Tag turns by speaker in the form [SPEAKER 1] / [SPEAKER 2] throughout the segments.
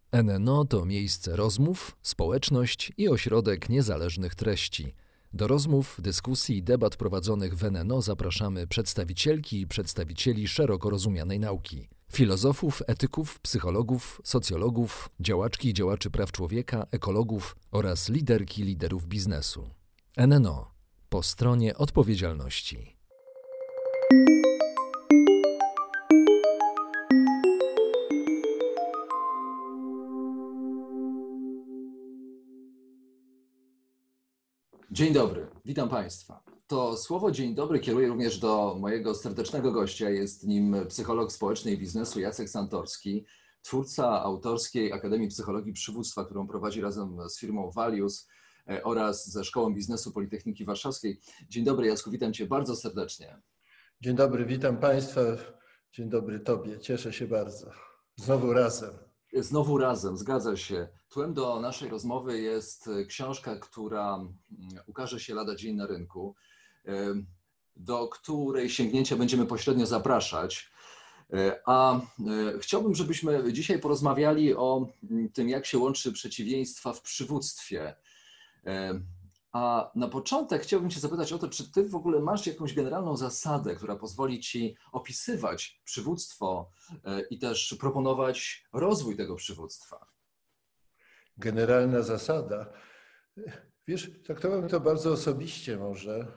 [SPEAKER 1] NNO to miejsce rozmów, społeczność i ośrodek niezależnych treści. Do rozmów, dyskusji i debat prowadzonych w NNO zapraszamy przedstawicielki i przedstawicieli szeroko rozumianej nauki. Filozofów, etyków, psychologów, socjologów, działaczki i działaczy praw człowieka, ekologów oraz liderki liderów biznesu. NNO. Po stronie odpowiedzialności.
[SPEAKER 2] Dzień dobry, witam Państwa. To słowo dzień dobry kieruję również do mojego serdecznego gościa. Jest nim psycholog społeczny i biznesu Jacek Santorski, twórca autorskiej Akademii Psychologii Przywództwa, którą prowadzi razem z firmą Valius oraz ze Szkołą Biznesu Politechniki Warszawskiej. Dzień dobry Jacku, witam Cię bardzo serdecznie.
[SPEAKER 3] Dzień dobry, witam Państwa. Dzień dobry Tobie, cieszę się bardzo. Znowu razem.
[SPEAKER 2] Znowu razem, zgadza się. Tłem do naszej rozmowy jest książka, która ukaże się lada dzień na rynku, do której sięgnięcia będziemy pośrednio zapraszać. A chciałbym, żebyśmy dzisiaj porozmawiali o tym, jak się łączy przeciwieństwa w przywództwie. A na początek chciałbym Cię zapytać o to, czy Ty w ogóle masz jakąś generalną zasadę, która pozwoli Ci opisywać przywództwo i też proponować rozwój tego przywództwa?
[SPEAKER 3] Generalna zasada. Wiesz, traktowałem to bardzo osobiście może,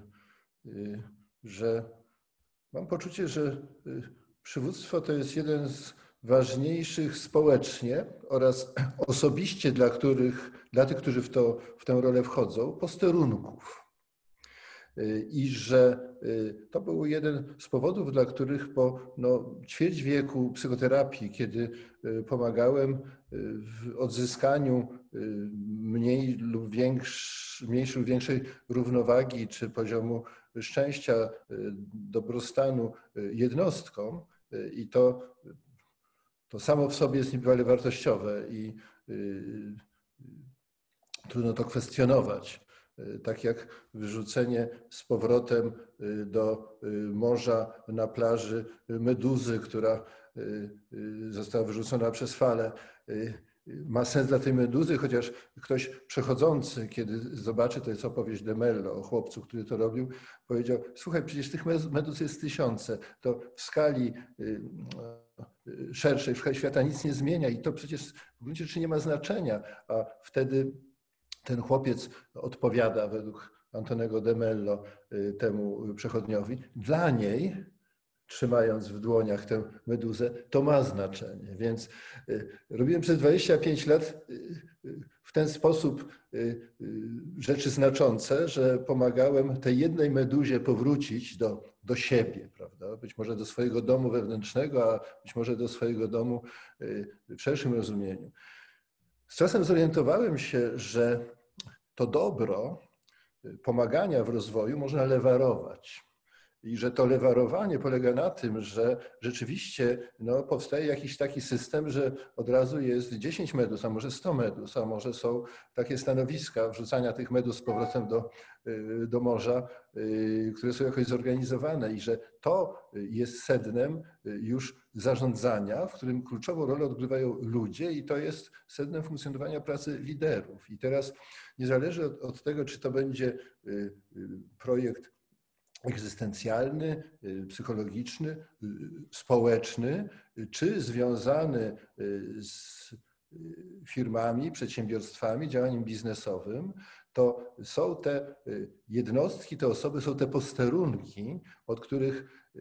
[SPEAKER 3] że mam poczucie, że przywództwo to jest jeden z ważniejszych społecznie oraz osobiście dla tych, którzy w tę rolę wchodzą, posterunków. I że to był jeden z powodów, dla których po ćwierć wieku psychoterapii, kiedy pomagałem w odzyskaniu mniejszej lub większej równowagi czy poziomu szczęścia, dobrostanu jednostkom, i to samo w sobie jest niebywale wartościowe i trudno to kwestionować. Tak jak wyrzucenie z powrotem do morza na plaży meduzy, która została wyrzucona przez falę, ma sens dla tej meduzy, chociaż ktoś przechodzący, kiedy zobaczy, to jest opowieść de Mello o chłopcu, który to robił, powiedział: słuchaj, przecież tych meduz jest tysiące, to w skali szerszej, w skali świata nic nie zmienia i to przecież w gruncie rzeczy nie ma znaczenia, a wtedy ten chłopiec odpowiada według Antonego de Mello temu przechodniowi: dla niej, trzymając w dłoniach tę meduzę, to ma znaczenie. Więc robiłem przez 25 lat w ten sposób rzeczy znaczące, że pomagałem tej jednej meduzie powrócić do siebie, prawda? Być może do swojego domu wewnętrznego, a być może do swojego domu w szerszym rozumieniu. Z czasem zorientowałem się, że to dobro pomagania w rozwoju można lewarować. I że to lewarowanie polega na tym, że rzeczywiście powstaje jakiś taki system, że od razu jest 10 meduz, a może 100 meduz, a może są takie stanowiska wrzucania tych meduz z powrotem do morza, które są jakoś zorganizowane i że to jest sednem już zarządzania, w którym kluczową rolę odgrywają ludzie i to jest sednem funkcjonowania pracy liderów. I teraz niezależnie od tego, czy to będzie projekt egzystencjalny, psychologiczny, społeczny, czy związany z firmami, przedsiębiorstwami, działaniem biznesowym, to są te jednostki, te osoby, są te posterunki, od których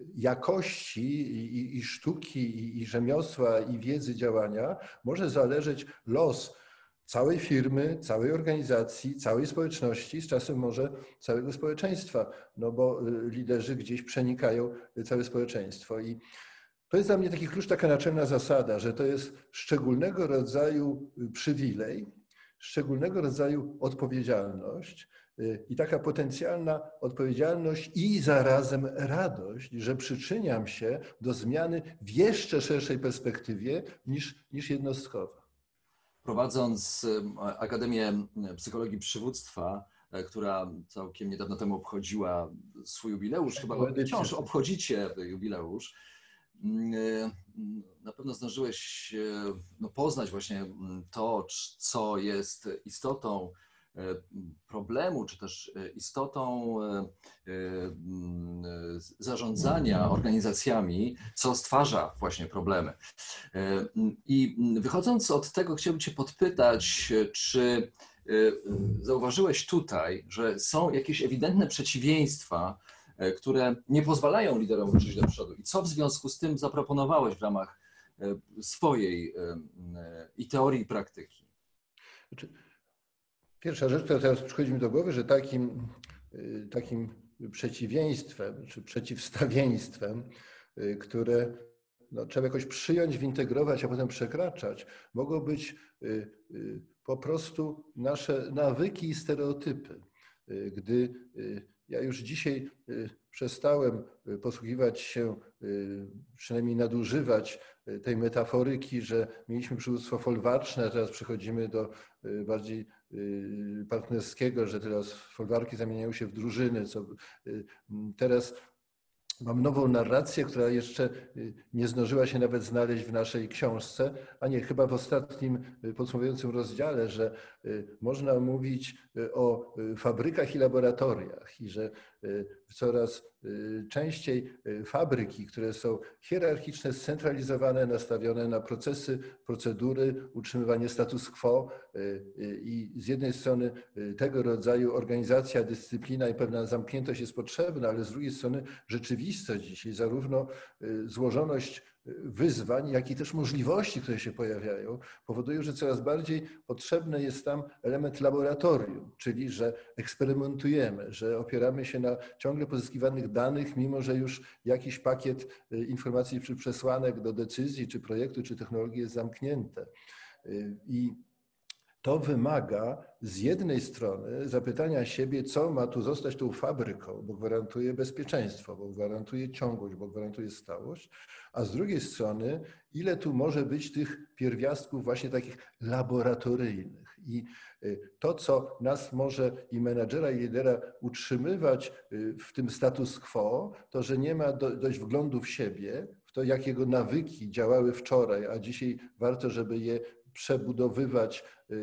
[SPEAKER 3] jakości i sztuki, i rzemiosła, i wiedzy działania może zależeć los całej firmy, całej organizacji, całej społeczności, z czasem może całego społeczeństwa, bo liderzy gdzieś przenikają całe społeczeństwo. I to jest dla mnie taki klucz, taka naczelna zasada, że to jest szczególnego rodzaju przywilej, szczególnego rodzaju odpowiedzialność i taka potencjalna odpowiedzialność i zarazem radość, że przyczyniam się do zmiany w jeszcze szerszej perspektywie niż jednostkowa.
[SPEAKER 2] Prowadząc Akademię Psychologii Przywództwa, która całkiem niedawno temu obchodziła swój jubileusz, chyba wciąż obchodzicie jubileusz, na pewno zdążyłeś poznać właśnie to, co jest istotą problemu, czy też istotą zarządzania organizacjami, co stwarza właśnie problemy. I wychodząc od tego, chciałbym Cię podpytać, czy zauważyłeś tutaj, że są jakieś ewidentne przeciwieństwa, które nie pozwalają liderom ruszyć do przodu? I co w związku z tym zaproponowałeś w ramach swojej i teorii, i praktyki?
[SPEAKER 3] Pierwsza rzecz, która teraz przychodzi mi do głowy, że takim przeciwieństwem czy przeciwstawieństwem, które trzeba jakoś przyjąć, wintegrować, a potem przekraczać, mogą być po prostu nasze nawyki i stereotypy. Gdy ja już dzisiaj przestałem posługiwać się, przynajmniej nadużywać tej metaforyki, że mieliśmy przywództwo folwarczne, a teraz przechodzimy do bardziej partnerskiego, że teraz folwarki zamieniają się w drużyny. Teraz mam nową narrację, która jeszcze nie zdążyła się nawet znaleźć w naszej książce, a nie, chyba w ostatnim podsumowującym rozdziale, że można mówić o fabrykach i laboratoriach i że coraz częściej fabryki, które są hierarchiczne, scentralizowane, nastawione na procesy, procedury, utrzymywanie status quo i z jednej strony tego rodzaju organizacja, dyscyplina i pewna zamkniętość jest potrzebna, ale z drugiej strony rzeczywistość dzisiaj, zarówno złożoność wyzwań, jak i też możliwości, które się pojawiają, powodują, że coraz bardziej potrzebny jest tam element laboratorium, czyli że eksperymentujemy, że opieramy się na ciągle pozyskiwanych danych, mimo że już jakiś pakiet informacji czy przesłanek do decyzji, czy projektu, czy technologii jest zamknięte. I to wymaga z jednej strony zapytania siebie, co ma tu zostać tą fabryką, bo gwarantuje bezpieczeństwo, bo gwarantuje ciągłość, bo gwarantuje stałość, a z drugiej strony, ile tu może być tych pierwiastków właśnie takich laboratoryjnych. I to, co nas może i menadżera, i lidera utrzymywać w tym status quo, to, że nie ma dość wglądu w siebie, w to, jak jego nawyki działały wczoraj, a dzisiaj warto, żeby je przebudowywać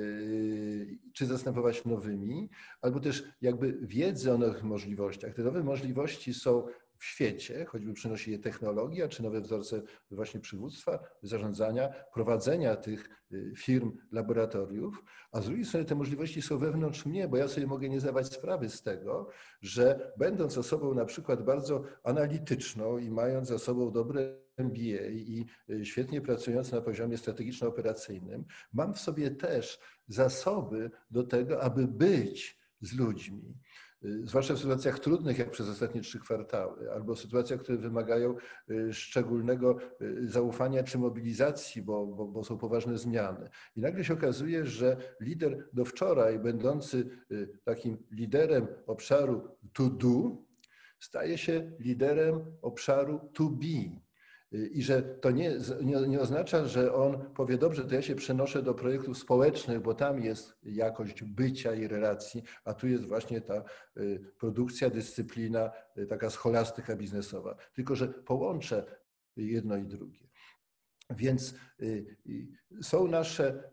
[SPEAKER 3] czy zastępować nowymi, albo też jakby wiedzę o nowych możliwościach. Te nowe możliwości są w świecie, choćby przynosi je technologia, czy nowe wzorce właśnie przywództwa, zarządzania, prowadzenia tych firm, laboratoriów, a z drugiej strony te możliwości są wewnątrz mnie, bo ja sobie mogę nie zdawać sprawy z tego, że będąc osobą na przykład bardzo analityczną i mając za sobą dobre MBA i świetnie pracując na poziomie strategiczno-operacyjnym, mam w sobie też zasoby do tego, aby być z ludźmi. Zwłaszcza w sytuacjach trudnych, jak przez ostatnie 3 kwartały, albo w sytuacjach, które wymagają szczególnego zaufania czy mobilizacji, bo są poważne zmiany. I nagle się okazuje, że lider do wczoraj, będący takim liderem obszaru to do, staje się liderem obszaru to be. I że to nie oznacza, że on powie, dobrze, to ja się przenoszę do projektów społecznych, bo tam jest jakość bycia i relacji, a tu jest właśnie ta produkcja, dyscyplina, taka scholastyka biznesowa. Tylko że połączę jedno i drugie. Więc są nasze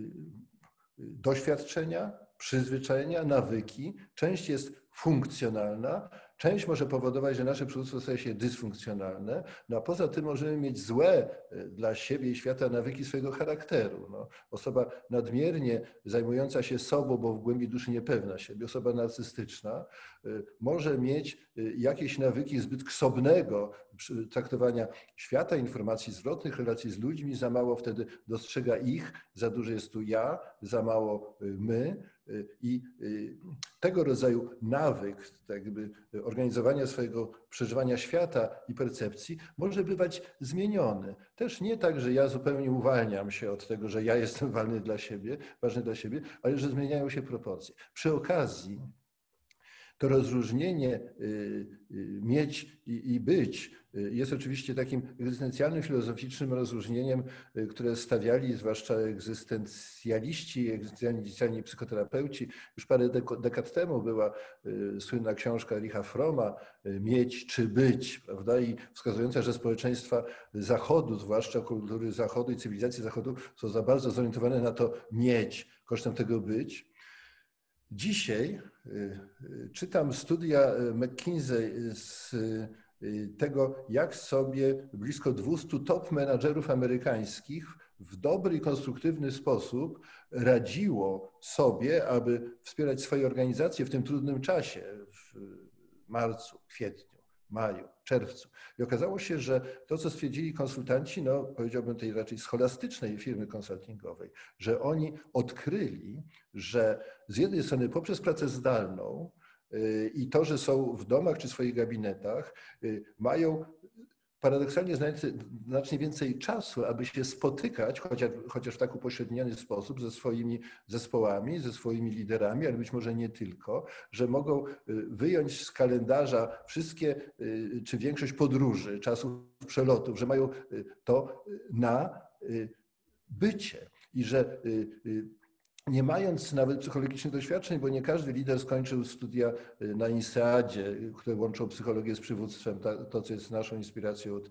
[SPEAKER 3] doświadczenia, przyzwyczajenia, nawyki. Część jest funkcjonalna, część może powodować, że nasze przywództwo staje się dysfunkcjonalne, no a poza tym możemy mieć złe dla siebie i świata nawyki swojego charakteru. No, osoba nadmiernie zajmująca się sobą, bo w głębi duszy niepewna siebie, osoba narcystyczna może mieć jakieś nawyki zbyt ksobnego traktowania świata, informacji zwrotnych, relacji z ludźmi, za mało wtedy dostrzega ich, za dużo jest tu ja, za mało my. I tego rodzaju nawyk, tak jakby organizowania swojego przeżywania świata i percepcji może bywać zmieniony. Też nie tak, że ja zupełnie uwalniam się od tego, że ja jestem ważny dla siebie, ale że zmieniają się proporcje. Przy okazji To rozróżnienie mieć i być jest oczywiście takim egzystencjalnym, filozoficznym rozróżnieniem, które stawiali zwłaszcza egzystencjaliści, egzystencjalni psychoterapeuci. Już parę dekad temu była słynna książka Ericha Fromma Mieć czy być, prawda? I wskazująca, że społeczeństwa Zachodu, zwłaszcza kultury Zachodu i cywilizacji Zachodu, są za bardzo zorientowane na to mieć kosztem tego być. Dzisiaj czytam studia McKinsey z tego, jak sobie blisko 200 top menadżerów amerykańskich w dobry i konstruktywny sposób radziło sobie, aby wspierać swoje organizacje w tym trudnym czasie, w marcu, kwietniu, maju, czerwcu. I okazało się, że to, co stwierdzili konsultanci, no powiedziałbym tej raczej scholastycznej firmy konsultingowej, że oni odkryli, że z jednej strony poprzez pracę zdalną i to, że są w domach czy swoich gabinetach, mają paradoksalnie znacznie więcej czasu, aby się spotykać, chociaż w tak upośredniony sposób, ze swoimi zespołami, ze swoimi liderami, ale być może nie tylko, że mogą wyjąć z kalendarza wszystkie czy większość podróży, czasów przelotów, że mają to na bycie i że nie mając nawet psychologicznych doświadczeń, bo nie każdy lider skończył studia na INSEAD-zie, które łączą psychologię z przywództwem, to co jest naszą inspiracją od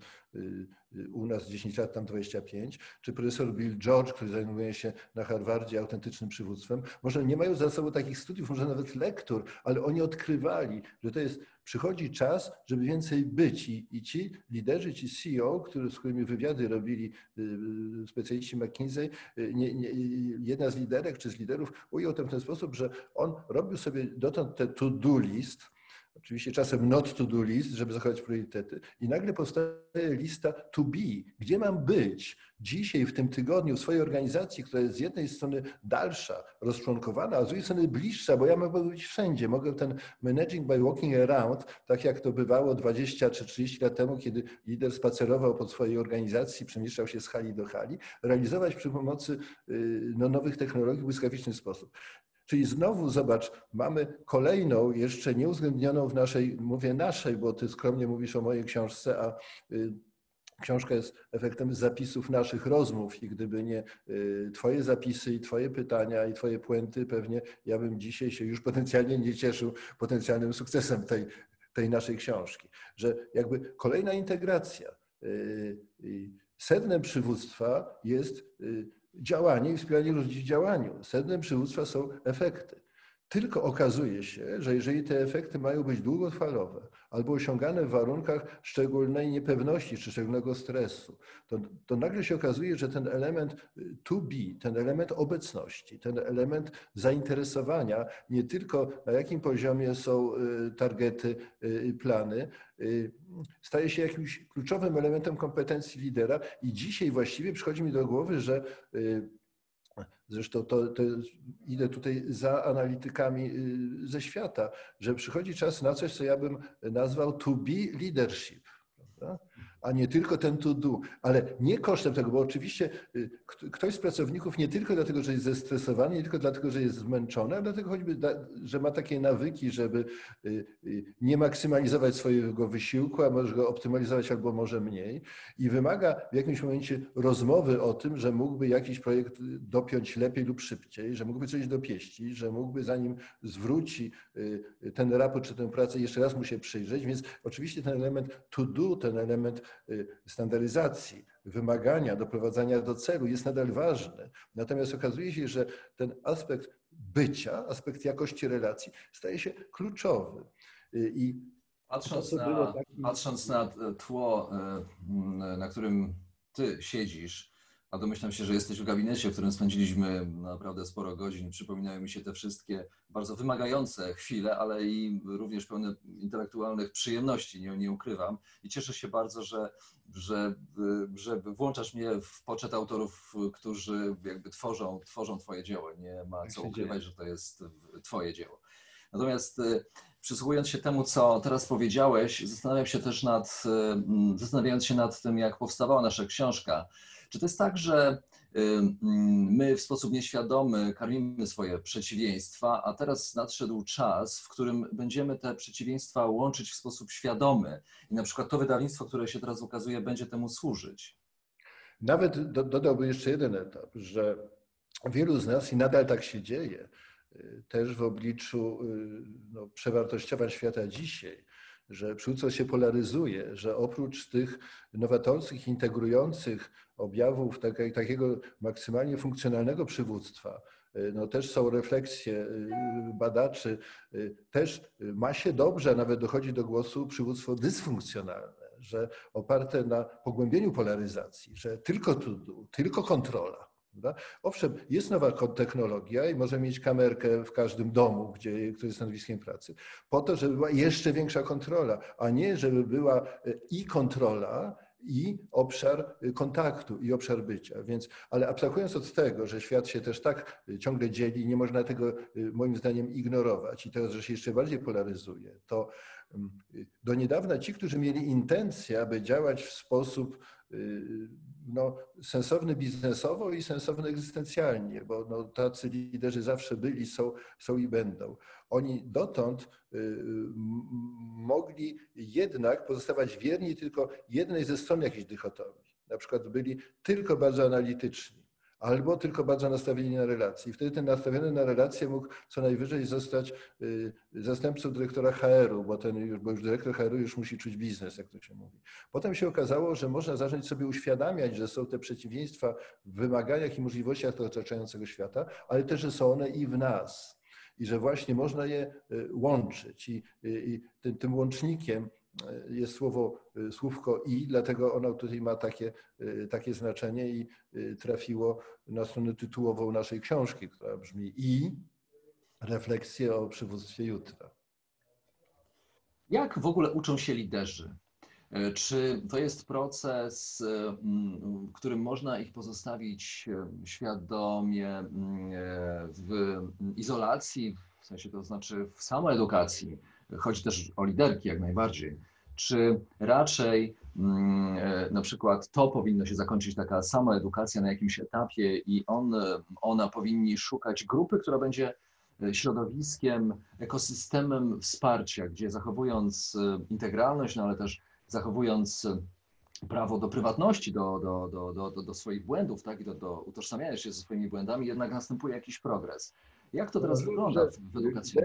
[SPEAKER 3] u nas 10 lat, tam 25, czy profesor Bill George, który zajmuje się na Harvardzie autentycznym przywództwem. Może nie mają za sobą takich studiów, może nawet lektur, ale oni odkrywali, że to jest, przychodzi czas, żeby więcej być i ci liderzy, ci CEO, z którymi wywiady robili specjaliści McKinsey, jedna z liderek czy z liderów ujął to w ten sposób, że on robił sobie dotąd te to-do list, oczywiście czasem not to-do list, żeby zachować priorytety i nagle powstaje lista to be, gdzie mam być dzisiaj, w tym tygodniu, w swojej organizacji, która jest z jednej strony dalsza, rozczłonkowana, a z drugiej strony bliższa, bo ja mogę być wszędzie. Mogę ten managing by walking around, tak jak to bywało 20 czy 30 lat temu, kiedy lider spacerował po swojej organizacji, przemieszczał się z hali do hali, realizować przy pomocy nowych technologii w błyskawiczny sposób. Czyli znowu zobacz, mamy kolejną, jeszcze nieuwzględnioną w naszej, mówię naszej, bo ty skromnie mówisz o mojej książce, a książka jest efektem zapisów naszych rozmów i gdyby nie twoje zapisy i twoje pytania i twoje puenty, pewnie ja bym dzisiaj się już potencjalnie nie cieszył potencjalnym sukcesem tej naszej książki. Że jakby kolejna integracja. Sednem przywództwa jest działanie i wspieranie ludzi w działaniu. Sednem przywództwa są efekty. Tylko okazuje się, że jeżeli te efekty mają być długotrwalowe albo osiągane w warunkach szczególnej niepewności czy szczególnego stresu, to nagle się okazuje, że ten element to be, ten element obecności, ten element zainteresowania, nie tylko na jakim poziomie są targety, plany, staje się jakimś kluczowym elementem kompetencji lidera i dzisiaj właściwie przychodzi mi do głowy, że zresztą to idę tutaj za analitykami ze świata, że przychodzi czas na coś, co ja bym nazwał to be leadership, prawda? A nie tylko ten to do, ale nie kosztem tego, bo oczywiście ktoś z pracowników nie tylko dlatego, że jest zestresowany, nie tylko dlatego, że jest zmęczony, ale dlatego choćby, że ma takie nawyki, żeby nie maksymalizować swojego wysiłku, a może go optymalizować albo może mniej i wymaga w jakimś momencie rozmowy o tym, że mógłby jakiś projekt dopiąć lepiej lub szybciej, że mógłby coś dopieścić, że mógłby zanim zwróci ten raport czy tę pracę, jeszcze raz mu się przyjrzeć, więc oczywiście ten element to do, ten element standaryzacji, wymagania, doprowadzania do celu jest nadal ważny. Natomiast okazuje się, że ten aspekt bycia, aspekt jakości relacji staje się kluczowy. I
[SPEAKER 2] patrząc na tło, na którym ty siedzisz, a domyślam się, że jesteś w gabinecie, w którym spędziliśmy naprawdę sporo godzin. Przypominają mi się te wszystkie bardzo wymagające chwile, ale i również pełne intelektualnych przyjemności, nie ukrywam. I cieszę się bardzo, że włączasz mnie w poczet autorów, którzy jakby tworzą twoje dzieło. Nie ma co ukrywać, że to jest twoje dzieło. Natomiast przysłuchując się temu, co teraz powiedziałeś, zastanawiając się nad tym, jak powstawała nasza książka, czy to jest tak, że My w sposób nieświadomy karmimy swoje przeciwieństwa, a teraz nadszedł czas, w którym będziemy te przeciwieństwa łączyć w sposób świadomy. I na przykład to wydawnictwo, które się teraz ukazuje, będzie temu służyć.
[SPEAKER 3] Nawet dodałbym jeszcze jeden etap, że wielu z nas, i nadal tak się dzieje, też w obliczu przewartościowań świata dzisiaj, że przywództwo się polaryzuje, że oprócz tych nowatorskich, integrujących objawów takiego maksymalnie funkcjonalnego przywództwa, też są refleksje badaczy, też ma się dobrze, a nawet dochodzi do głosu przywództwo dysfunkcjonalne, że oparte na pogłębieniu polaryzacji, że tylko trudu, tylko kontrola. Prawda? Owszem, jest nowa technologia i może mieć kamerkę w każdym domu, który jest stanowiskiem pracy, po to, żeby była jeszcze większa kontrola, a nie żeby była i kontrola, i obszar kontaktu, i obszar bycia. Więc, ale abstrahując od tego, że świat się też tak ciągle dzieli, nie można tego moim zdaniem ignorować i teraz, że się jeszcze bardziej polaryzuje, to do niedawna ci, którzy mieli intencję, aby działać w sposób sensowny biznesowo i sensowny egzystencjalnie, bo tacy liderzy zawsze byli, są i będą. Oni dotąd mogli jednak pozostawać wierni tylko jednej ze stron jakiejś dychotomii. Na przykład byli tylko bardzo analityczni albo tylko bardzo nastawieni na relacje. I wtedy ten nastawiony na relacje mógł co najwyżej zostać zastępcą dyrektora HR-u, bo już dyrektor HR-u już musi czuć biznes, jak to się mówi. Potem się okazało, że można zacząć sobie uświadamiać, że są te przeciwieństwa w wymaganiach i możliwościach otaczającego świata, ale też, że są one i w nas. I że właśnie można je łączyć. I tym łącznikiem jest słówko i, dlatego ono tutaj ma takie znaczenie i trafiło na stronę tytułową naszej książki, która brzmi i refleksje o przywództwie jutra.
[SPEAKER 2] Jak w ogóle uczą się liderzy? Czy to jest proces, w którym można ich pozostawić świadomie w izolacji, w sensie to znaczy w samoedukacji? Chodzi też o liderki jak najbardziej. Czy raczej na przykład to powinno się zakończyć, taka samoedukacja na jakimś etapie i ona powinni szukać grupy, która będzie środowiskiem, ekosystemem wsparcia, gdzie zachowując integralność, no ale też zachowując prawo do prywatności, do swoich błędów, tak, i do utożsamiania się ze swoimi błędami, jednak następuje jakiś progres. Jak to teraz wygląda w edukacji?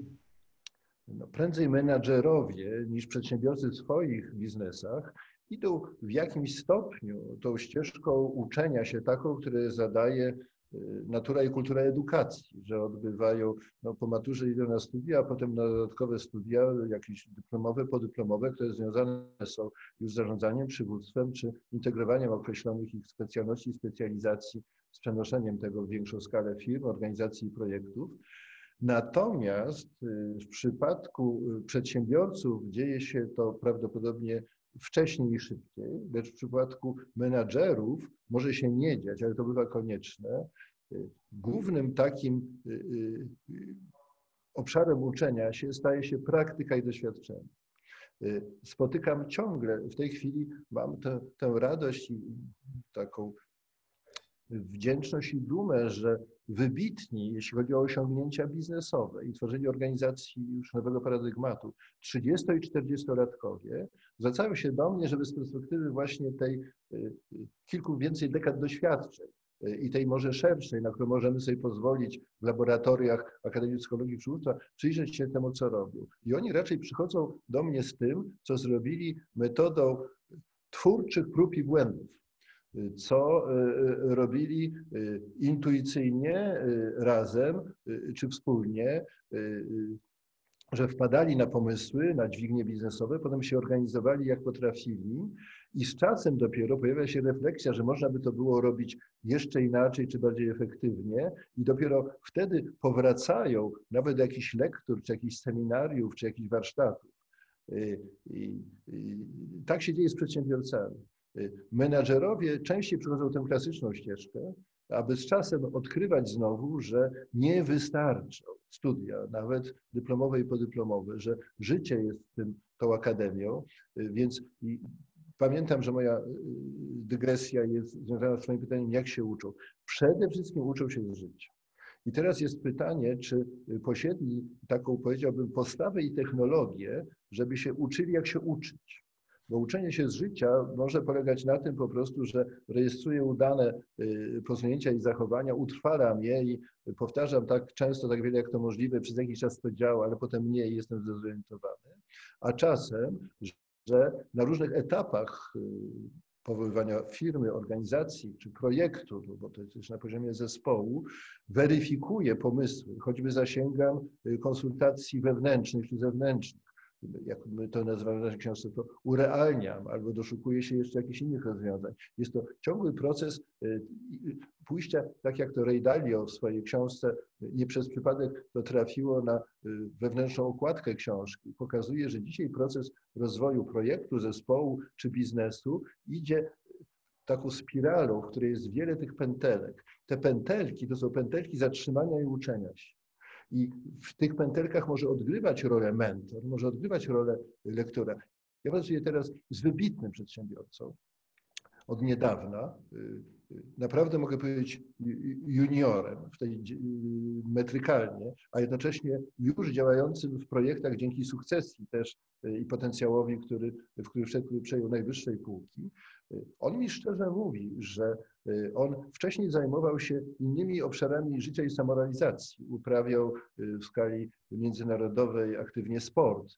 [SPEAKER 3] Prędzej menadżerowie niż przedsiębiorcy w swoich biznesach idą w jakimś stopniu tą ścieżką uczenia się taką, które zadaje natura i kultura edukacji, że odbywają, po maturze idą na studia, a potem na dodatkowe studia, jakieś dyplomowe, podyplomowe, które związane są już z zarządzaniem, przywództwem czy integrowaniem określonych ich specjalności i specjalizacji z przenoszeniem tego w większą skalę firm, organizacji i projektów. Natomiast w przypadku przedsiębiorców dzieje się to prawdopodobnie wcześniej i szybciej, lecz w przypadku menadżerów może się nie dziać, ale to bywa konieczne. Głównym takim obszarem uczenia się staje się praktyka i doświadczenie. Spotykam ciągle, w tej chwili mam tę radość i taką wdzięczność i dumę, że wybitni, jeśli chodzi o osiągnięcia biznesowe i tworzenie organizacji już nowego paradygmatu, 30- i 40-latkowie zwracają się do mnie, żeby z perspektywy właśnie tej kilku więcej dekad doświadczeń i tej może szerszej, na którą możemy sobie pozwolić w laboratoriach Akademii Psychologii i Przywództwa, przyjrzeć się temu, co robią. I oni raczej przychodzą do mnie z tym, co zrobili metodą twórczych prób i błędów, co robili intuicyjnie, razem czy wspólnie, że wpadali na pomysły, na dźwignie biznesowe, potem się organizowali jak potrafili i z czasem dopiero pojawia się refleksja, że można by to było robić jeszcze inaczej czy bardziej efektywnie i dopiero wtedy powracają nawet do jakichś lektur, czy jakichś seminariów, czy jakichś warsztatów. I tak się dzieje z przedsiębiorcami. Menadżerowie częściej przechodzą tę klasyczną ścieżkę, aby z czasem odkrywać znowu, że nie wystarczą studia, nawet dyplomowe i podyplomowe, że życie jest tą akademią, więc Pamiętam, że moja dygresja jest związana z swoim pytaniem, jak się uczą. Przede wszystkim uczą się z życia. I teraz jest pytanie, czy posiedli taką, powiedziałbym, postawę i technologię, żeby się uczyli, jak się uczyć. Bo uczenie się z życia może polegać na tym po prostu, że rejestruję udane posunięcia i zachowania, utrwalam je i powtarzam tak często, tak wiele jak to możliwe, przez jakiś czas to działa, ale potem nie i jestem zdezorientowany. A czasem, że na różnych etapach powoływania firmy, organizacji czy projektu, bo to jest też na poziomie zespołu, weryfikuję pomysły, choćby zasięgam konsultacji wewnętrznych czy zewnętrznych. Jak my to nazywamy w naszej książce, to urealniam albo doszukuję się jeszcze jakichś innych rozwiązań. Jest to ciągły proces pójścia, tak jak to Ray Dalio w swojej książce, nie przez przypadek to trafiło na wewnętrzną okładkę książki. Pokazuje, że dzisiaj proces rozwoju projektu, zespołu czy biznesu idzie taką spiralą, w której jest wiele tych pętelek. Te pętelki to są pętelki zatrzymania i uczenia się. I w tych pętelkach może odgrywać rolę mentor, może odgrywać rolę lektora. Ja pracuję teraz z wybitnym przedsiębiorcą od niedawna, naprawdę mogę powiedzieć juniorem w tej metrykalnie, a jednocześnie już działającym w projektach dzięki sukcesji też i potencjałowi, w który wszedł, który przejął najwyższej półki. On mi szczerze mówi, że on wcześniej zajmował się innymi obszarami życia i samorealizacji. Uprawiał w skali międzynarodowej aktywnie sport.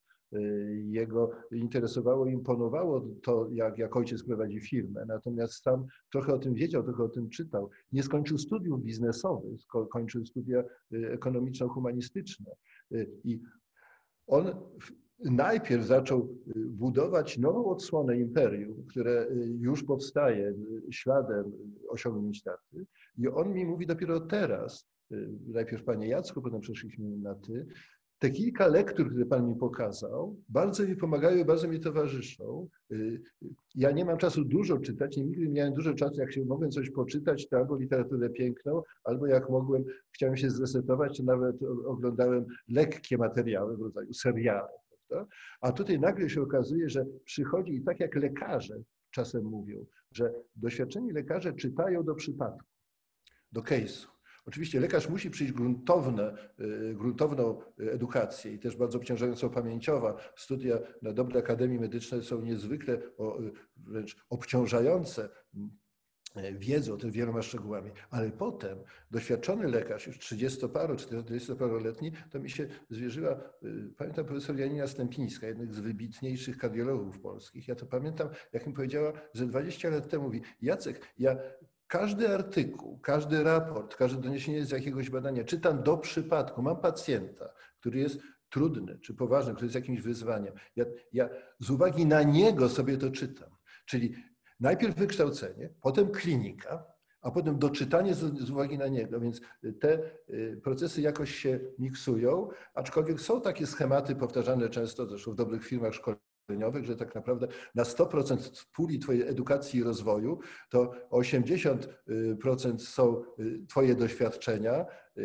[SPEAKER 3] Jego interesowało, imponowało to, jak ojciec prowadzi firmę, natomiast sam trochę o tym wiedział, trochę o tym czytał. Nie skończył studiów biznesowych, kończył studia ekonomiczno-humanistyczne. I on najpierw zaczął budować nową odsłonę imperium, które już powstaje śladem osiągnięć taty. I on mi mówi dopiero teraz, najpierw panie Jacku, potem przeszliśmy na ty, te kilka lektur, które pan mi pokazał, bardzo mi pomagają, bardzo mi towarzyszą. Ja nie mam czasu dużo czytać, nigdy nie miałem dużo czasu, jak się mogłem coś poczytać, to albo literaturę piękną, albo jak mogłem, chciałem się zresetować, to nawet oglądałem lekkie materiały w rodzaju seriale. Prawda? A tutaj nagle się okazuje, że przychodzi i tak jak lekarze czasem mówią, że doświadczeni lekarze czytają do przypadku, do case'u. Oczywiście lekarz musi przyjść gruntowną edukację i też bardzo obciążającą pamięciowa. Studia na dobre akademii medyczne są niezwykle wręcz obciążające wiedzą, tym wieloma szczegółami, ale potem doświadczony lekarz, już 30-paro, 40-paroletni, to mi się zwierzyła, pamiętam profesor Janina Stępińska, jednych z wybitniejszych kardiologów polskich. Ja to pamiętam, jak mi powiedziała, że 20 lat temu mówi: Jacek, ja każdy artykuł, każdy raport, każde doniesienie z jakiegoś badania czytam do przypadku. Mam pacjenta, który jest trudny czy poważny, który jest jakimś wyzwaniem. Ja z uwagi na niego sobie to czytam. Czyli najpierw wykształcenie, potem klinika, a potem doczytanie z uwagi na niego. Więc te procesy jakoś się miksują, aczkolwiek są takie schematy powtarzane często, zresztą w dobrych firmach szkoleniowych, że tak naprawdę na 100% puli twojej edukacji i rozwoju to 80% są twoje doświadczenia,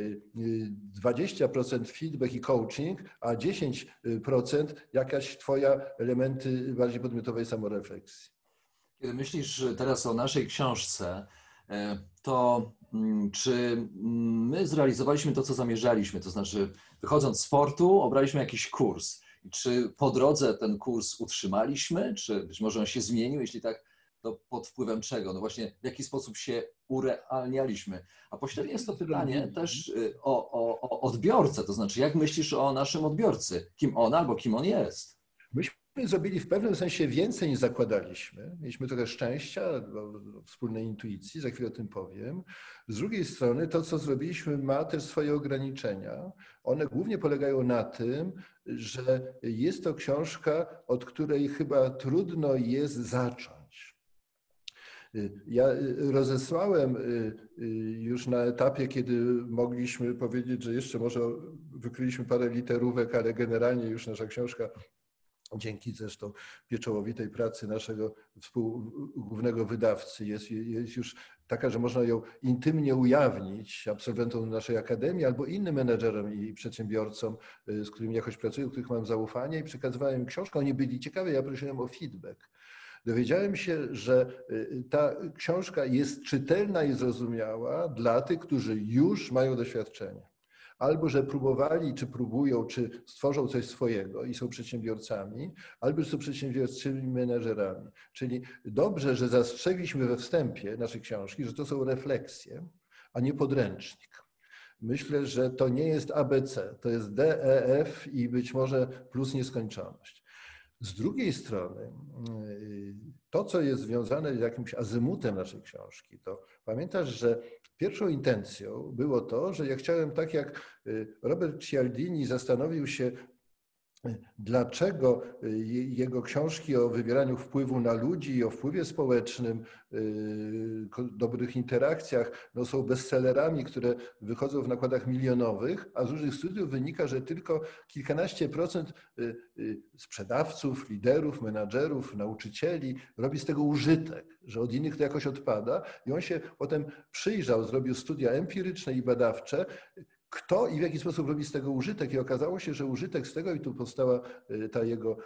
[SPEAKER 3] 20% feedback i coaching, a 10% jakaś twoja elementy bardziej podmiotowej samorefleksji.
[SPEAKER 2] Kiedy myślisz teraz o naszej książce, to czy my zrealizowaliśmy to, co zamierzaliśmy? To znaczy, wychodząc z sportu, obraliśmy jakiś kurs. Czy po drodze ten kurs utrzymaliśmy? Czy być może on się zmienił? Jeśli tak, to pod wpływem czego? No właśnie, w jaki sposób się urealnialiśmy? A pośrednio jest to pytanie też o odbiorcę. To znaczy, jak myślisz o naszym odbiorcy? Kim on albo kim on jest?
[SPEAKER 3] Myśmy zrobili w pewnym sensie więcej niż zakładaliśmy. Mieliśmy trochę szczęścia, wspólnej intuicji, za chwilę o tym powiem. Z drugiej strony to, co zrobiliśmy, ma też swoje ograniczenia. One głównie polegają na tym, że jest to książka, od której chyba trudno jest zacząć. Ja rozesłałem już na etapie, kiedy mogliśmy powiedzieć, że jeszcze może wykryliśmy parę literówek, ale generalnie już nasza książka, dzięki zresztą pieczołowitej pracy naszego głównego wydawcy, jest już taka, że można ją intymnie ujawnić absolwentom naszej akademii albo innym menedżerom i przedsiębiorcom, z którymi jakoś pracuję, do których mam zaufanie, i przekazywałem im książkę. Oni byli ciekawi, ja prosiłem o feedback. Dowiedziałem się, że ta książka jest czytelna i zrozumiała dla tych, którzy już mają doświadczenie. Albo że próbowali, czy próbują, czy stworzą coś swojego i są przedsiębiorcami, albo że są przedsiębiorczymi menedżerami. Czyli dobrze, że zastrzegliśmy we wstępie naszej książki, że to są refleksje, a nie podręcznik. Myślę, że to nie jest ABC, to jest D, E, F i być może plus nieskończoność. Z drugiej strony, to, co jest związane z jakimś azymutem naszej książki, to pamiętasz, że pierwszą intencją było to, że ja chciałem, tak jak Robert Cialdini zastanowił się, dlaczego jego książki o wywieraniu wpływu na ludzi i o wpływie społecznym, dobrych interakcjach są bestsellerami, które wychodzą w nakładach milionowych, a z różnych studiów wynika, że tylko kilkanaście procent sprzedawców, liderów, menadżerów, nauczycieli robi z tego użytek, że od innych to jakoś odpada. I on się potem przyjrzał, zrobił studia empiryczne i badawcze, kto i w jaki sposób robi z tego użytek i okazało się, że użytek z tego, i tu powstała ta jego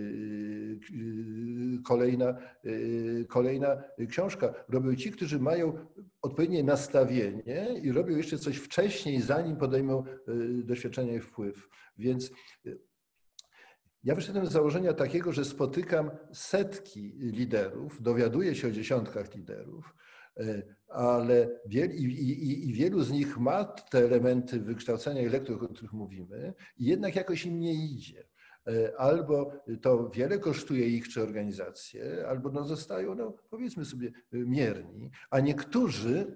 [SPEAKER 3] kolejna książka, robią ci, którzy mają odpowiednie nastawienie i robią jeszcze coś wcześniej, zanim podejmą doświadczenie i wpływ. Więc ja wyszedłem z założenia takiego, że spotykam setki liderów, dowiaduję się o dziesiątkach liderów, ale wielu z nich ma te elementy wykształcenia i lektur, o których mówimy, i jednak jakoś im nie idzie. Albo to wiele kosztuje ich czy organizację, albo zostają, powiedzmy sobie, mierni, a niektórzy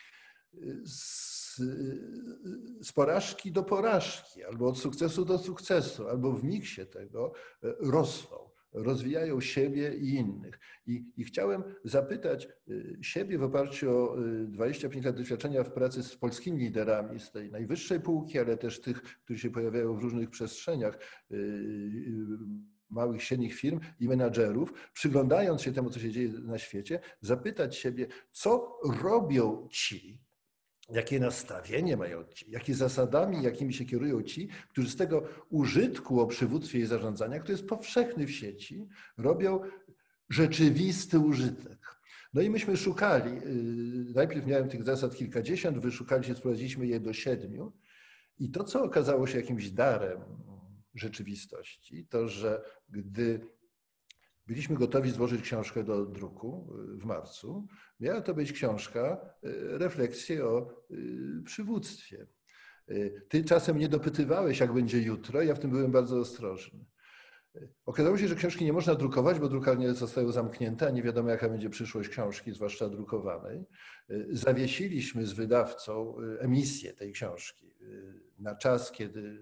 [SPEAKER 3] z porażki do porażki, albo od sukcesu do sukcesu, albo w miksie tego rosną, rozwijają siebie i innych. I chciałem zapytać siebie w oparciu o 25 lat doświadczenia w pracy z polskimi liderami z tej najwyższej półki, ale też tych, którzy się pojawiają w różnych przestrzeniach, małych, średnich firm i menadżerów, przyglądając się temu, co się dzieje na świecie, zapytać siebie, co robią ci, jakie nastawienie mają ci, jakie zasadami, jakimi się kierują ci, którzy z tego użytku o przywództwie i zarządzania, który jest powszechny w sieci, robią rzeczywisty użytek. No i myśmy szukali, najpierw miałem tych zasad kilkadziesiąt, wyszukaliśmy, sprowadziliśmy je do 7 i to, co okazało się jakimś darem rzeczywistości, to, że gdy byliśmy gotowi złożyć książkę do druku w marcu. Miała to być książka, refleksje o przywództwie. Ty czasem nie dopytywałeś, jak będzie jutro, ja w tym byłem bardzo ostrożny. Okazało się, że książki nie można drukować, bo drukarnie zostają zamknięte, a nie wiadomo, jaka będzie przyszłość książki, zwłaszcza drukowanej. Zawiesiliśmy z wydawcą emisję tej książki na czas, kiedy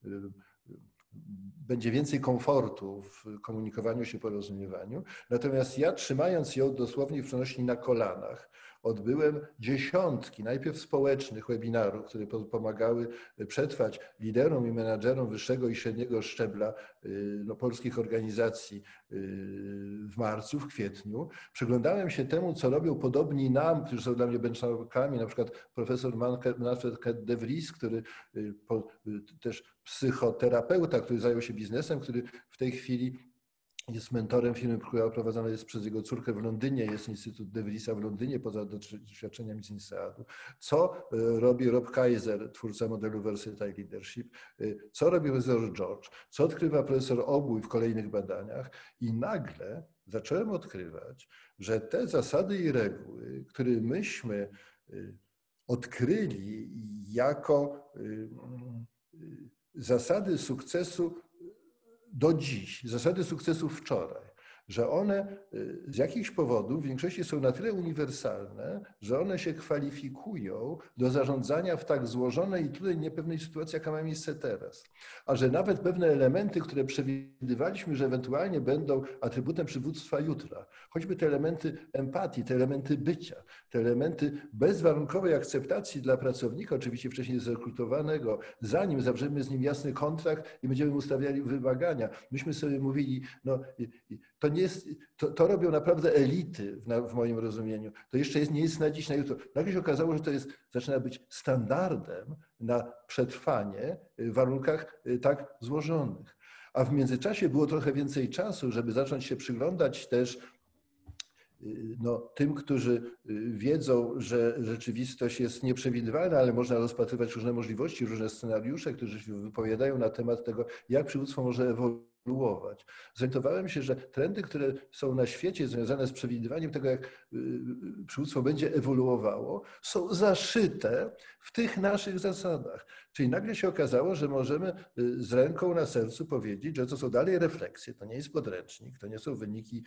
[SPEAKER 3] będzie więcej komfortu w komunikowaniu się, porozumiewaniu. Natomiast ja, trzymając ją dosłownie w przenośni na kolanach, odbyłem dziesiątki, najpierw społecznych webinarów, które pomagały przetrwać liderom i menadżerom wyższego i średniego szczebla polskich organizacji w marcu, w kwietniu. Przyglądałem się temu, co robią podobni nam, którzy są dla mnie benchmarkami, na przykład profesor Manfred de Vries, który też psychoterapeuta, który zajął się biznesem, który w tej chwili jest mentorem firmy, która prowadzona jest przez jego córkę w Londynie, jest Instytut de Vriesa w Londynie, poza doświadczeniami z INSEAD-u. Co robi Rob Kaiser, twórca modelu Versatile Leadership? Co robi profesor George? Co odkrywa profesor Obój w kolejnych badaniach? I nagle zacząłem odkrywać, że te zasady i reguły, które myśmy odkryli jako zasady sukcesu do dziś, zasady sukcesu wczoraj, że one z jakichś powodów w większości są na tyle uniwersalne, że one się kwalifikują do zarządzania w tak złożonej i trudnej, niepewnej sytuacji, jaka ma miejsce teraz. A że nawet pewne elementy, które przewidywaliśmy, że ewentualnie będą atrybutem przywództwa jutra, choćby te elementy empatii, te elementy bycia, te elementy bezwarunkowej akceptacji dla pracownika, oczywiście wcześniej zrekrutowanego, zanim zawrzemy z nim jasny kontrakt i będziemy mu stawiali wymagania. Myśmy sobie mówili, to robią naprawdę elity w moim rozumieniu. To jeszcze nie jest na dziś, na jutro. Nagle się okazało, że to zaczyna być standardem na przetrwanie w warunkach tak złożonych. A w międzyczasie było trochę więcej czasu, żeby zacząć się przyglądać też no, tym, którzy wiedzą, że rzeczywistość jest nieprzewidywalna, ale można rozpatrywać różne możliwości, różne scenariusze, którzy się wypowiadają na temat tego, jak przywództwo może ewoluować. Zorientowałem się, że trendy, które są na świecie związane z przewidywaniem tego, jak przywództwo będzie ewoluowało, są zaszyte w tych naszych zasadach. Czyli nagle się okazało, że możemy z ręką na sercu powiedzieć, że to są dalej refleksje, to nie jest podręcznik, to nie są wyniki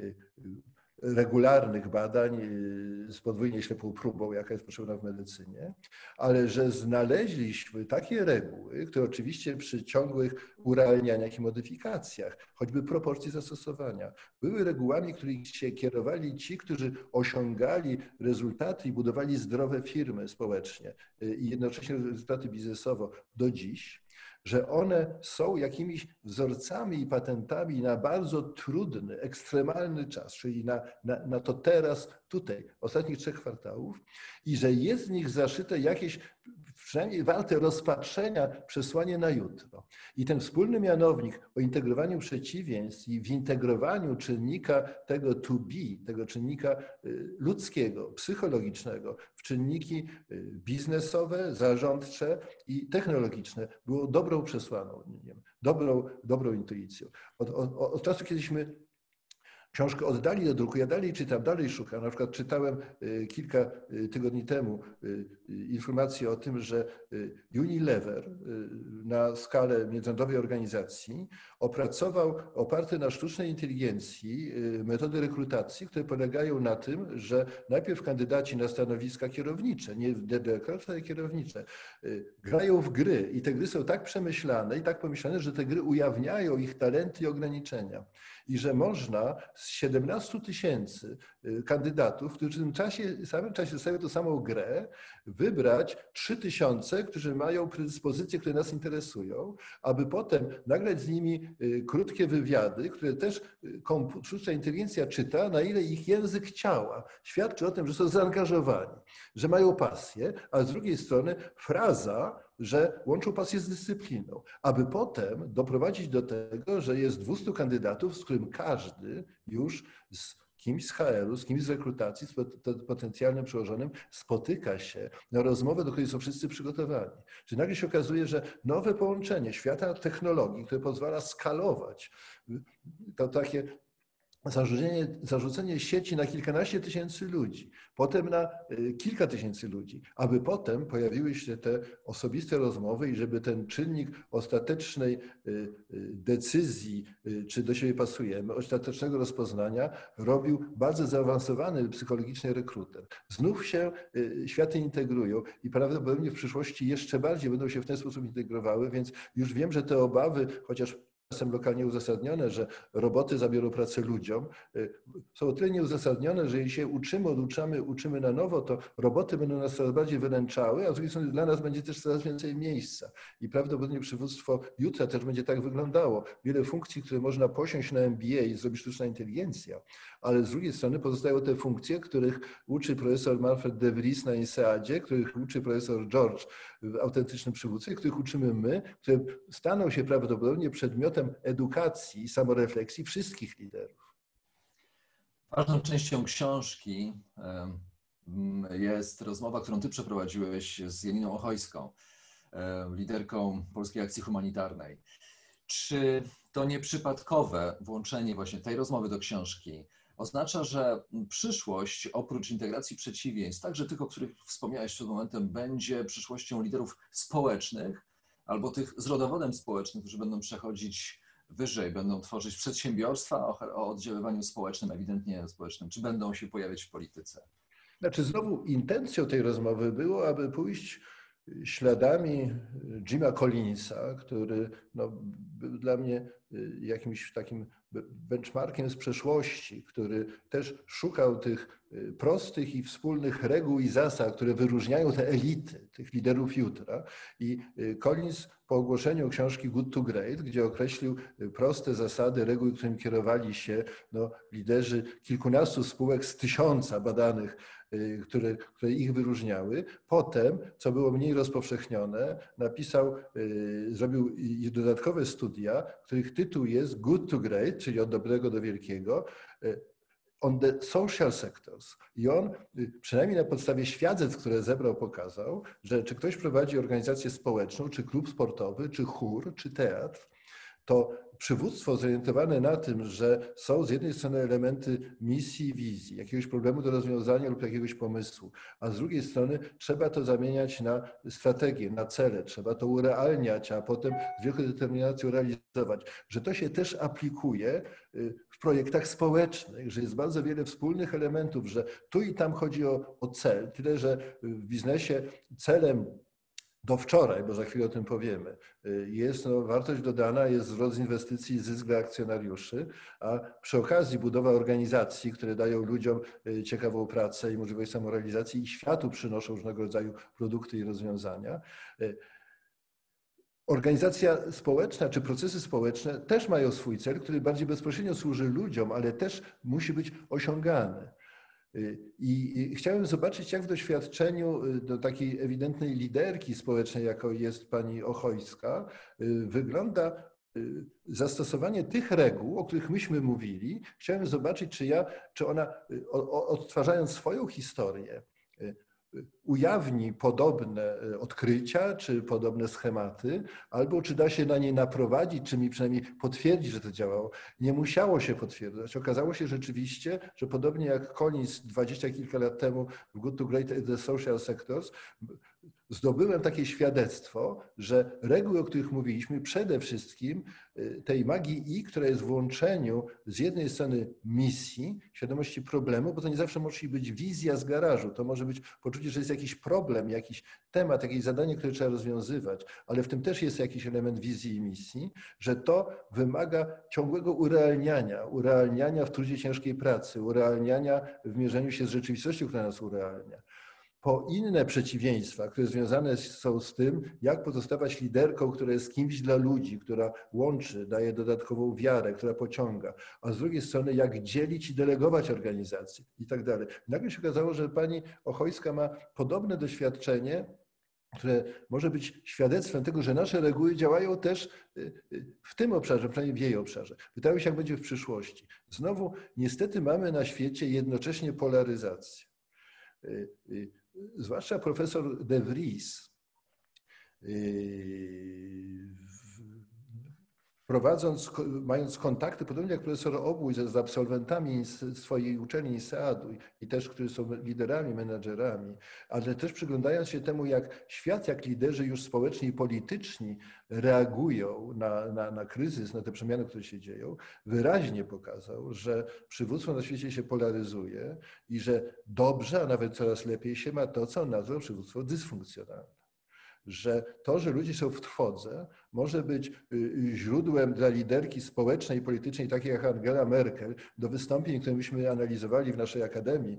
[SPEAKER 3] regularnych badań z podwójnie ślepą próbą, jaka jest potrzebna w medycynie, ale że znaleźliśmy takie reguły, które oczywiście przy ciągłych urealnianiach i modyfikacjach, choćby proporcji zastosowania, były regułami, którymi się kierowali ci, którzy osiągali rezultaty i budowali zdrowe firmy społecznie i jednocześnie rezultaty biznesowo do dziś, że one są jakimiś wzorcami i patentami na bardzo trudny, ekstremalny czas, czyli na to teraz, tutaj, ostatnich 3 kwartałów i że jest z nich zaszyte jakieś, przynajmniej warte rozpatrzenia, przesłanie na jutro. I ten wspólny mianownik o integrowaniu przeciwieństw i w integrowaniu czynnika tego to be, tego czynnika ludzkiego, psychologicznego w czynniki biznesowe, zarządcze i technologiczne było dobrą przesłaną, dobrą intuicją. Od czasu, kiedyśmy książkę oddali do druku, ja dalej czytam, dalej szukam. Na przykład czytałem kilka tygodni temu informację o tym, że Unilever na skalę międzynarodowej organizacji opracował oparte na sztucznej inteligencji metody rekrutacji, które polegają na tym, że najpierw kandydaci na stanowiska kierownicze, nie dyrektorstwa, ale kierownicze, grają w gry i te gry są tak przemyślane i tak pomyślane, że te gry ujawniają ich talenty i ograniczenia. I że można z 17 000 kandydatów, którzy w tym samym czasie stawiają tą samą grę, wybrać 3000, którzy mają predyspozycje, które nas interesują, aby potem nagrać z nimi krótkie wywiady, które też sztuczna inteligencja czyta, na ile ich język ciała świadczy o tym, że są zaangażowani, że mają pasję, a z drugiej strony fraza, że łączą pasję z dyscypliną, aby potem doprowadzić do tego, że jest 200 kandydatów, z którym każdy już z kimś z HR-u, z kimś z rekrutacji, z potencjalnym przełożonym spotyka się na rozmowę, do której są wszyscy przygotowani. Czyli nagle się okazuje, że nowe połączenie świata technologii, które pozwala skalować, to takie zarzucenie sieci na kilkanaście tysięcy ludzi, potem na kilka tysięcy ludzi, aby potem pojawiły się te osobiste rozmowy i żeby ten czynnik ostatecznej decyzji, czy do siebie pasujemy, ostatecznego rozpoznania robił bardzo zaawansowany psychologicznie rekruter. Znów się światy integrują i prawdopodobnie w przyszłości jeszcze bardziej będą się w ten sposób integrowały, więc już wiem, że te obawy, chociaż czasem lokalnie uzasadnione, że roboty zabiorą pracę ludziom, są o tyle nieuzasadnione, że jeśli się uczymy na nowo, to roboty będą nas coraz bardziej wyręczały, a z drugiej strony dla nas będzie też coraz więcej miejsca. I prawdopodobnie przywództwo jutra też będzie tak wyglądało. Wiele funkcji, które można posiąść na MBA i zrobić sztuczna inteligencja, ale z drugiej strony pozostają te funkcje, których uczy profesor Manfred de Vries na INSEAD-zie, których uczy profesor George w Autentycznym Przywódcy, których uczymy my, które staną się prawdopodobnie przedmiotem edukacji i samorefleksji wszystkich liderów.
[SPEAKER 2] Ważną częścią książki jest rozmowa, którą ty przeprowadziłeś z Janiną Ochojską, liderką Polskiej Akcji Humanitarnej. Czy to nieprzypadkowe włączenie właśnie tej rozmowy do książki oznacza, że przyszłość oprócz integracji przeciwieństw, także tych, o których wspomniałeś przed momentem, będzie przyszłością liderów społecznych albo tych z rodowodem społecznym, którzy będą przechodzić wyżej, będą tworzyć przedsiębiorstwa o oddziaływaniu społecznym, ewidentnie społecznym, czy będą się pojawiać w polityce?
[SPEAKER 3] Znaczy znowu intencją tej rozmowy było, aby pójść śladami Jima Collinsa, który był dla mnie jakimś takim benchmarkiem z przeszłości, który też szukał tych prostych i wspólnych reguł i zasad, które wyróżniają te elity, tych liderów jutra. I Collins po ogłoszeniu książki Good to Great, gdzie określił proste zasady, reguły, którymi kierowali się liderzy kilkunastu spółek z 1000 badanych, które ich wyróżniały. Potem, co było mniej rozpowszechnione, zrobił dodatkowe studia, których tytuł jest Good to Great, czyli od dobrego do wielkiego, on the social sectors. I on, przynajmniej na podstawie świadectw, które zebrał, pokazał, że czy ktoś prowadzi organizację społeczną, czy klub sportowy, czy chór, czy teatr, to przywództwo zorientowane na tym, że są z jednej strony elementy misji, wizji, jakiegoś problemu do rozwiązania lub jakiegoś pomysłu, a z drugiej strony trzeba to zamieniać na strategię, na cele, trzeba to urealniać, a potem z wielką determinacją realizować, że to się też aplikuje w projektach społecznych, że jest bardzo wiele wspólnych elementów, że tu i tam chodzi o cel, tyle że w biznesie celem do wczoraj, bo za chwilę o tym powiemy, jest wartość dodana, jest wzrost inwestycji i zysk dla akcjonariuszy, a przy okazji budowa organizacji, które dają ludziom ciekawą pracę i możliwość samorealizacji i światu przynoszą różnego rodzaju produkty i rozwiązania. Organizacja społeczna czy procesy społeczne też mają swój cel, który bardziej bezpośrednio służy ludziom, ale też musi być osiągany. I chciałem zobaczyć, jak w doświadczeniu do takiej ewidentnej liderki społecznej, jaką jest pani Ochojska, wygląda zastosowanie tych reguł, o których myśmy mówili. Chciałem zobaczyć, czy ona, odtwarzając swoją historię, ujawni podobne odkrycia, czy podobne schematy, albo czy da się na nie naprowadzić, czy mi przynajmniej potwierdzi, że to działało. Nie musiało się potwierdzać. Okazało się rzeczywiście, że podobnie jak Collins 20 kilka lat temu w Good to Great the Social Sectors, zdobyłem takie świadectwo, że reguły, o których mówiliśmy, przede wszystkim tej magii I, która jest w łączeniu z jednej strony misji, świadomości problemu, bo to nie zawsze musi być wizja z garażu, to może być poczucie, że jest jakiś problem, jakiś temat, jakieś zadanie, które trzeba rozwiązywać, ale w tym też jest jakiś element wizji i misji, że to wymaga ciągłego urealniania w trudzie ciężkiej pracy, urealniania w mierzeniu się z rzeczywistością, która nas urealnia. Po inne przeciwieństwa, które związane są z tym, jak pozostawać liderką, która jest kimś dla ludzi, która łączy, daje dodatkową wiarę, która pociąga, a z drugiej strony jak dzielić i delegować organizacje i tak dalej. Nagle się okazało, że pani Ochojska ma podobne doświadczenie, które może być świadectwem tego, że nasze reguły działają też w tym obszarze, przynajmniej w jej obszarze. Pytają się, jak będzie w przyszłości. Znowu, niestety mamy na świecie jednocześnie polaryzację. Zwłaszcza profesor De Vries, mając kontakty, podobnie jak profesor Obój z absolwentami swojej uczelni INSEAD-u i też, którzy są liderami, menadżerami, ale też przyglądając się temu, jak świat, jak liderzy już społeczni i polityczni reagują na kryzys, na te przemiany, które się dzieją, wyraźnie pokazał, że przywództwo na świecie się polaryzuje i że dobrze, a nawet coraz lepiej się ma to, co on nazwał przywództwo dysfunkcjonalne. Że to, że ludzie są w trwodze, może być źródłem dla liderki społecznej i politycznej, takiej jak Angela Merkel, do wystąpień, które myśmy analizowali w naszej akademii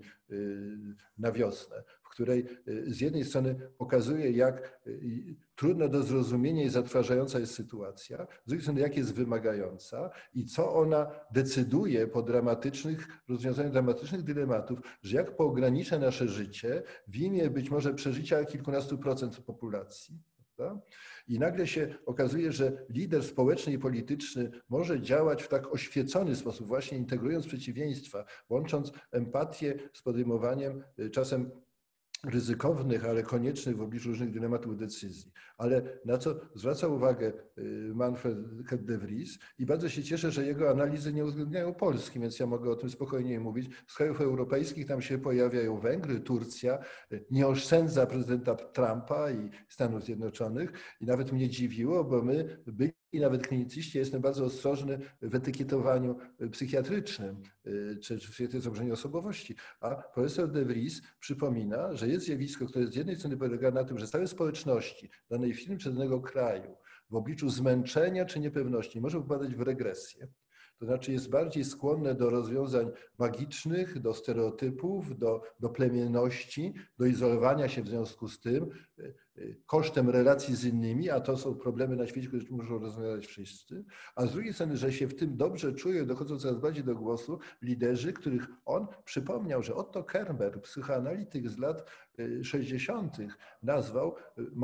[SPEAKER 3] na wiosnę, w której z jednej strony pokazuje, jak trudna do zrozumienia i zatrważająca jest sytuacja, z drugiej strony jak jest wymagająca i co ona decyduje po rozwiązaniu dramatycznych dylematów, że jak poograniczę nasze życie w imię być może przeżycia kilkunastu procent populacji. Prawda? I nagle się okazuje, że lider społeczny i polityczny może działać w tak oświecony sposób, właśnie integrując przeciwieństwa, łącząc empatię z podejmowaniem czasem ryzykownych, ale koniecznych w obliczu różnych dylematów decyzji. Ale na co zwraca uwagę Manfred De Vries i bardzo się cieszę, że jego analizy nie uwzględniają Polski, więc ja mogę o tym spokojnie mówić. Z krajów europejskich tam się pojawiają Węgry, Turcja, nie oszczędza prezydenta Trumpa i Stanów Zjednoczonych i nawet mnie dziwiło, bo my byli nawet klinicyści, jestem bardzo ostrożny w etykietowaniu psychiatrycznym czy w psychiatryce osobowości, a profesor De Vries przypomina, że jest zjawisko, które z jednej strony polega na tym, że całe społeczności danej firmy czy danego kraju w obliczu zmęczenia czy niepewności może popadać w regresję. To znaczy jest bardziej skłonne do rozwiązań magicznych, do stereotypów, do plemienności, do izolowania się w związku z tym kosztem relacji z innymi, a to są problemy na świecie, które muszą rozwiązać wszyscy. A z drugiej strony, że się w tym dobrze czują, dochodzą coraz bardziej do głosu liderzy, których on przypomniał, że Otto Kernberg, psychoanalityk z lat 60., nazwał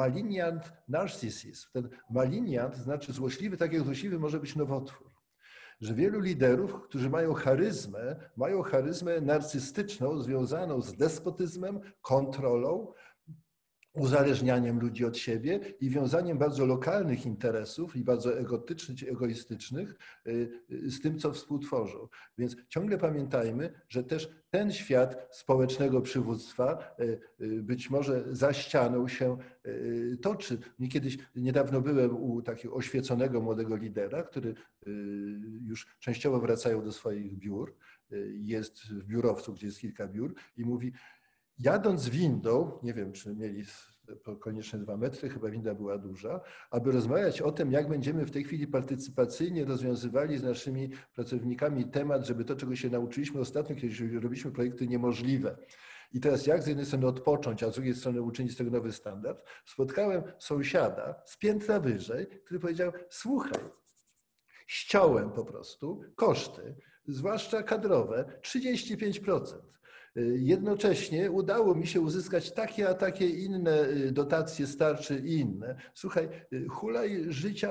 [SPEAKER 3] malignant narcissism. Ten malignant znaczy złośliwy, tak jak złośliwy może być nowotwór. że wielu liderów, którzy mają charyzmę narcystyczną, związaną z despotyzmem, kontrolą, uzależnianiem ludzi od siebie i wiązaniem bardzo lokalnych interesów i bardzo egotycznych czy egoistycznych z tym, co współtworzą. Więc ciągle pamiętajmy, że też ten świat społecznego przywództwa być może za ścianą się toczy. Niedawno byłem u takiego oświeconego młodego lidera, który już częściowo wracają do swoich biur, jest w biurowcu, gdzie jest kilka biur i mówi: jadąc windą, nie wiem, czy mieli koniecznie 2 metry, chyba winda była duża, aby rozmawiać o tym, jak będziemy w tej chwili partycypacyjnie rozwiązywali z naszymi pracownikami temat, żeby to, czego się nauczyliśmy ostatnio, kiedy robiliśmy projekty niemożliwe. I teraz jak z jednej strony odpocząć, a z drugiej strony uczynić z tego nowy standard, spotkałem sąsiada z piętra wyżej, który powiedział: słuchaj, ściąłem po prostu koszty, zwłaszcza kadrowe, 35%. Jednocześnie udało mi się uzyskać takie, a takie inne dotacje starcze i inne. Słuchaj, hulaj życia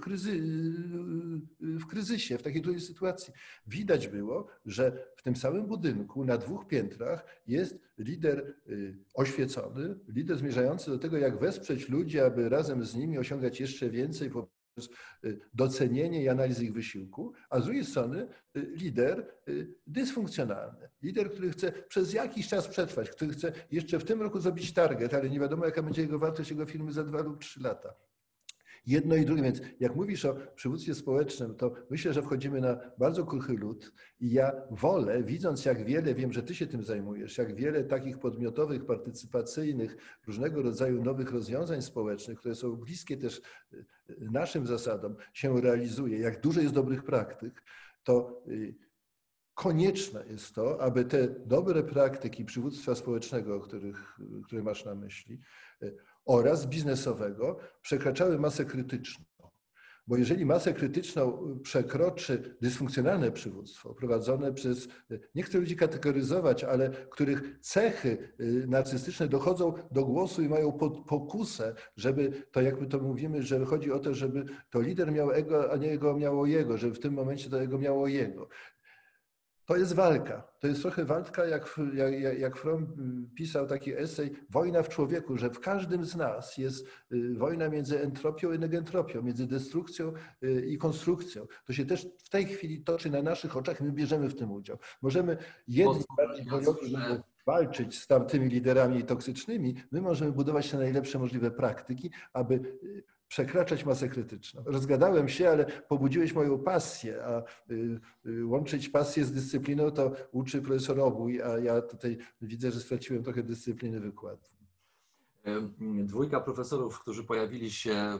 [SPEAKER 3] w kryzysie, w takiej trudnej sytuacji. Widać było, że w tym samym budynku na 2 piętrach jest lider oświecony, lider zmierzający do tego, jak wesprzeć ludzi, aby razem z nimi osiągać jeszcze więcej docenienie i analizy ich wysiłku, a z drugiej strony lider dysfunkcjonalny. Lider, który chce przez jakiś czas przetrwać, który chce jeszcze w tym roku zrobić target, ale nie wiadomo, jaka będzie jego wartość jego firmy za 2 lub 3 lata. Jedno i drugie, więc jak mówisz o przywództwie społecznym, to myślę, że wchodzimy na bardzo kruchy lód i ja wolę, widząc jak wiele, wiem, że ty się tym zajmujesz, jak wiele takich podmiotowych, partycypacyjnych, różnego rodzaju nowych rozwiązań społecznych, które są bliskie też naszym zasadom, się realizuje, jak dużo jest dobrych praktyk, to konieczne jest to, aby te dobre praktyki przywództwa społecznego, które masz na myśli, oraz biznesowego przekraczały masę krytyczną. Bo jeżeli masę krytyczną przekroczy dysfunkcjonalne przywództwo prowadzone przez, nie chcę ludzi kategoryzować, ale których cechy narcystyczne dochodzą do głosu i mają pokusę, żeby to, jak my to mówimy, że chodzi o to, żeby to lider miał ego, a nie ego miało jego, żeby w tym momencie to ego miało jego. To jest walka. To jest trochę walka, jak Fromm pisał taki esej, wojna w człowieku, że w każdym z nas jest wojna między entropią i negentropią, między destrukcją i konstrukcją. To się też w tej chwili toczy na naszych oczach i my bierzemy w tym udział. Możemy jedni walczyć z tamtymi liderami toksycznymi, my możemy budować te najlepsze możliwe praktyki, aby przekraczać masę krytyczną. Rozgadałem się, ale pobudziłeś moją pasję, a łączyć pasję z dyscypliną to uczy profesor Obój, a ja tutaj widzę, że straciłem trochę dyscypliny wykładu.
[SPEAKER 2] 2 profesorów, którzy pojawili się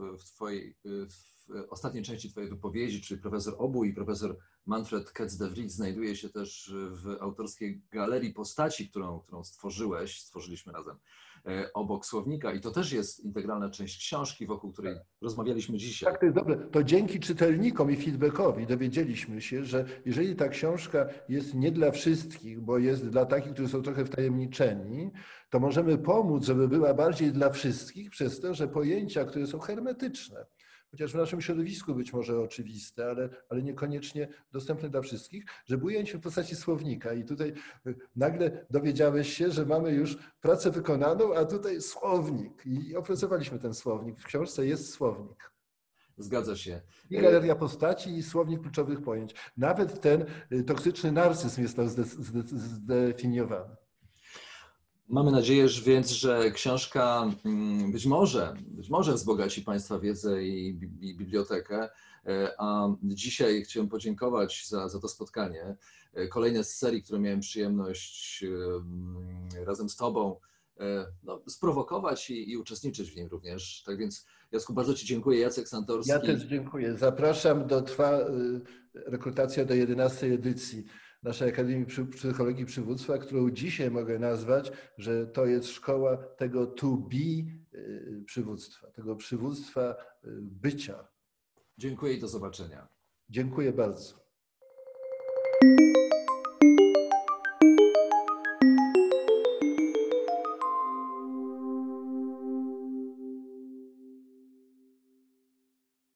[SPEAKER 2] w ostatniej części twojej wypowiedzi, czyli profesor Obój i profesor Manfred Ketz-de-Vries, znajduje się też w autorskiej galerii postaci, którą stworzyliśmy razem obok słownika i to też jest integralna część książki, wokół której rozmawialiśmy dzisiaj.
[SPEAKER 3] Tak, to jest dobre. To dzięki czytelnikom i feedbackowi dowiedzieliśmy się, że jeżeli ta książka jest nie dla wszystkich, bo jest dla takich, którzy są trochę wtajemniczeni, to możemy pomóc, żeby była bardziej dla wszystkich przez to, że pojęcia, które są hermetyczne, chociaż w naszym środowisku być może oczywiste, ale niekoniecznie dostępne dla wszystkich, żeby ująć w postaci słownika. I tutaj nagle dowiedziałeś się, że mamy już pracę wykonaną, a tutaj słownik. I opracowaliśmy ten słownik. W książce jest słownik.
[SPEAKER 2] Zgadza się.
[SPEAKER 3] I galeria postaci, i słownik kluczowych pojęć. Nawet ten toksyczny narcyzm jest tam zdefiniowany.
[SPEAKER 2] Mamy nadzieję, że książka być może wzbogaci Państwa wiedzę i bibliotekę, a dzisiaj chciałem podziękować za to spotkanie. Kolejne z serii, które miałem przyjemność razem z Tobą sprowokować i uczestniczyć w nim również. Tak więc Jacku, bardzo Ci dziękuję. Jacek Santorski.
[SPEAKER 3] Ja też dziękuję. Zapraszam, trwa rekrutacja do 11. edycji naszej Akademii Psychologii Przywództwa, którą dzisiaj mogę nazwać, że to jest szkoła tego to be przywództwa, tego przywództwa bycia.
[SPEAKER 2] Dziękuję i do zobaczenia.
[SPEAKER 3] Dziękuję bardzo.